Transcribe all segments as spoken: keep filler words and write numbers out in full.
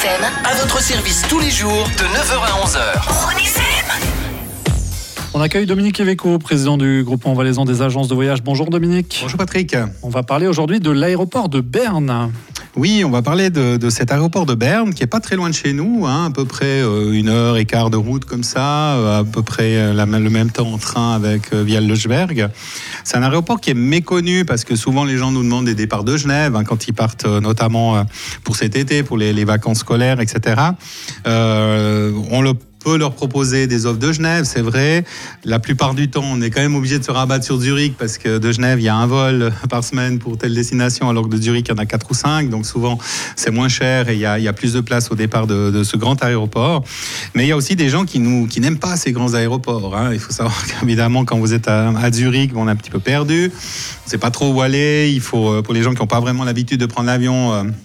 F M, à votre service tous les jours de neuf heures à onze heures. Rhône F M. On accueille Dominique Iveco, président du groupement valaisan des agences de voyage. Bonjour Dominique. Bonjour Patrick. On va parler aujourd'hui de l'aéroport de Berne. Oui, on va parler de, de cet aéroport de Berne qui est pas très loin de chez nous, hein, à peu près euh, une heure et quart de route comme ça, euh, à peu près euh, la, le même temps en train avec euh, via Lösberg. C'est un aéroport qui est méconnu parce que souvent les gens nous demandent des départs de Genève hein, quand ils partent euh, notamment euh, pour cet été, pour les, les vacances scolaires, et cetera. Euh, on le peut leur proposer des offres de Genève, c'est vrai. La plupart du temps, on est quand même obligé de se rabattre sur Zurich parce que de Genève, il y a un vol par semaine pour telle destination, alors que de Zurich, il y en a quatre ou cinq. Donc souvent, c'est moins cher et il y a, il y a plus de place au départ de, de ce grand aéroport. Mais il y a aussi des gens qui, nous, qui n'aiment pas ces grands aéroports. Hein. Il faut savoir qu'évidemment, quand vous êtes à, à Zurich, on est un petit peu perdu. On ne sait pas trop où aller. Il faut, pour les gens qui n'ont pas vraiment l'habitude de prendre l'avion, euh,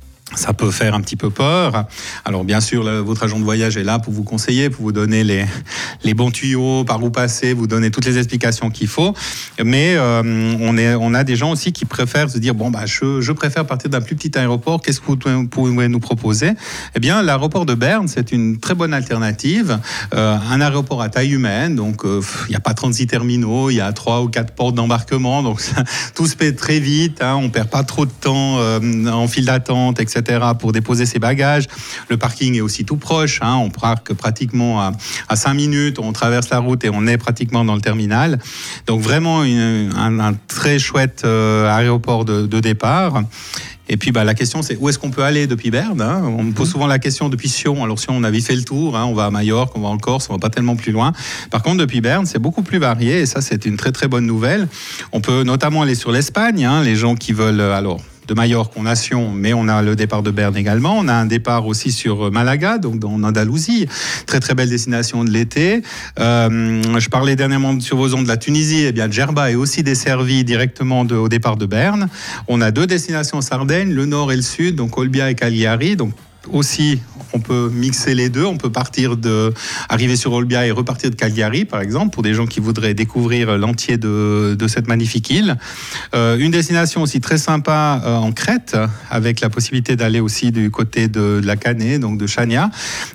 ça peut faire un petit peu peur. Alors bien sûr, le, votre agent de voyage est là pour vous conseiller, pour vous donner les, les bons tuyaux, par où passer, vous donner toutes les explications qu'il faut. Mais euh, on, est, on a des gens aussi qui préfèrent se dire, bon, bah, je, je préfère partir d'un plus petit aéroport, qu'est-ce que vous pouvez nous proposer ? Eh bien, l'aéroport de Berne, c'est une très bonne alternative. Euh, un aéroport à taille humaine, donc il euh, n'y a pas trente-six terminaux, il y a trois ou quatre portes d'embarquement, donc ça, tout se fait très vite, hein, on ne perd pas trop de temps euh, en file d'attente, et cetera pour déposer ses bagages. Le parking est aussi tout proche, hein, on parque pratiquement à, à cinq minutes, on traverse la route et on est pratiquement dans le terminal. Donc vraiment une, un, un très chouette euh, aéroport de, de départ. Et puis bah, la question c'est où est-ce qu'on peut aller depuis Berne, hein ? On me pose souvent la question depuis Sion. Alors Sion on a vite fait le tour, hein, on va à Majorque, on va en Corse, on va pas tellement plus loin. Par contre depuis Berne c'est beaucoup plus varié et ça c'est une très très bonne nouvelle. On peut notamment aller sur l'Espagne, hein, les gens qui veulent alors de Majorque, on a Sion, mais on a le départ de Berne également. On a un départ aussi sur Malaga, donc dans Andalousie. Très, très belle destination de l'été. Euh, je parlais dernièrement sur vos ondes de la Tunisie. Eh bien, Djerba est aussi desservi directement de, au départ de Berne. On a deux destinations en Sardaigne, le nord et le sud, donc Olbia et Cagliari. Donc, aussi, on peut mixer les deux. On peut partir de, arriver sur Olbia et repartir de Cagliari, par exemple, pour des gens qui voudraient découvrir l'entier de, de cette magnifique île. Euh, une destination aussi très sympa euh, en Crète, avec la possibilité d'aller aussi du côté de, de la Canée, donc de Chania.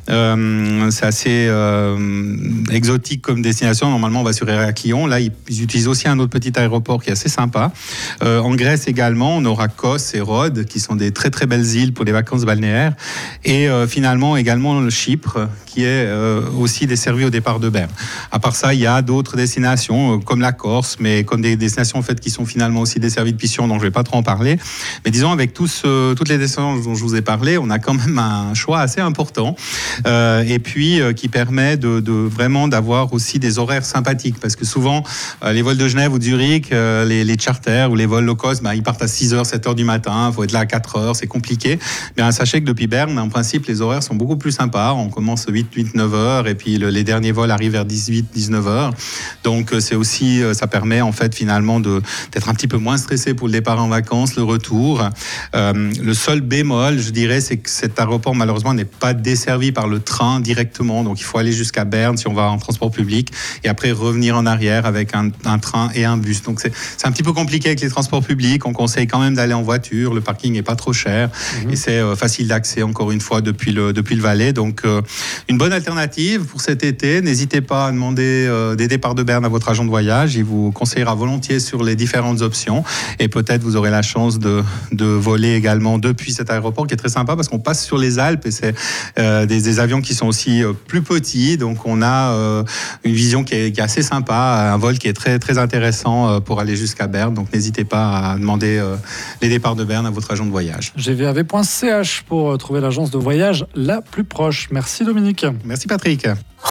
Euh, c'est assez euh, exotique comme destination. Normalement, on va sur Héraklion. Là, ils, ils utilisent aussi un autre petit aéroport qui est assez sympa. Euh, en Grèce également, on aura Kos et Rhodes, qui sont des très très belles îles pour les vacances balnéaires. Et euh, finalement également le Chypre qui est euh, aussi desservi au départ de Berne. À part ça, il y a d'autres destinations euh, comme la Corse, mais comme des destinations en fait qui sont finalement aussi desservies depuis Sion, donc je ne vais pas trop en parler. Mais disons avec tous, euh, toutes les destinations dont je vous ai parlé, on a quand même un choix assez important euh, et puis euh, qui permet de, de vraiment d'avoir aussi des horaires sympathiques parce que souvent euh, les vols de Genève ou de Zurich, euh, les, les charters ou les vols low cost, bah, ils partent à six heures, sept heures du matin, il faut être là à quatre heures, c'est compliqué. Bien, sachez que depuis Berne, en principe, les horaires sont beaucoup plus sympas. On commence huit, huit, neuf heures et puis le, les derniers vols arrivent vers dix-huit, dix-neuf heures. Donc, c'est aussi, ça permet en fait finalement de, d'être un petit peu moins stressé pour le départ en vacances, le retour. Euh, le seul bémol, je dirais, c'est que cet aéroport, malheureusement, n'est pas desservi par le train directement. Donc, il faut aller jusqu'à Berne si on va en transport public et après revenir en arrière avec un, un train et un bus. Donc, c'est, c'est un petit peu compliqué avec les transports publics. On conseille quand même d'aller en voiture. Le parking n'est pas trop cher mmh. et c'est euh, facile d'accès encore une fois depuis le, depuis le Valais. Donc euh, une bonne alternative pour cet été. N'hésitez pas à demander euh, des départs de Berne à votre agent de voyage. Il vous conseillera volontiers sur les différentes options et peut-être vous aurez la chance de, de voler également depuis cet aéroport qui est très sympa parce qu'on passe sur les Alpes et c'est euh, des, des avions qui sont aussi euh, plus petits. Donc on a euh, une vision qui est, qui est assez sympa, un vol qui est très, très intéressant euh, pour aller jusqu'à Berne. Donc n'hésitez pas à demander euh, les départs de Berne à votre agent de voyage. g v a v point c h pour trouver l'agence de voyage la plus proche. Merci Dominique. Merci Patrick.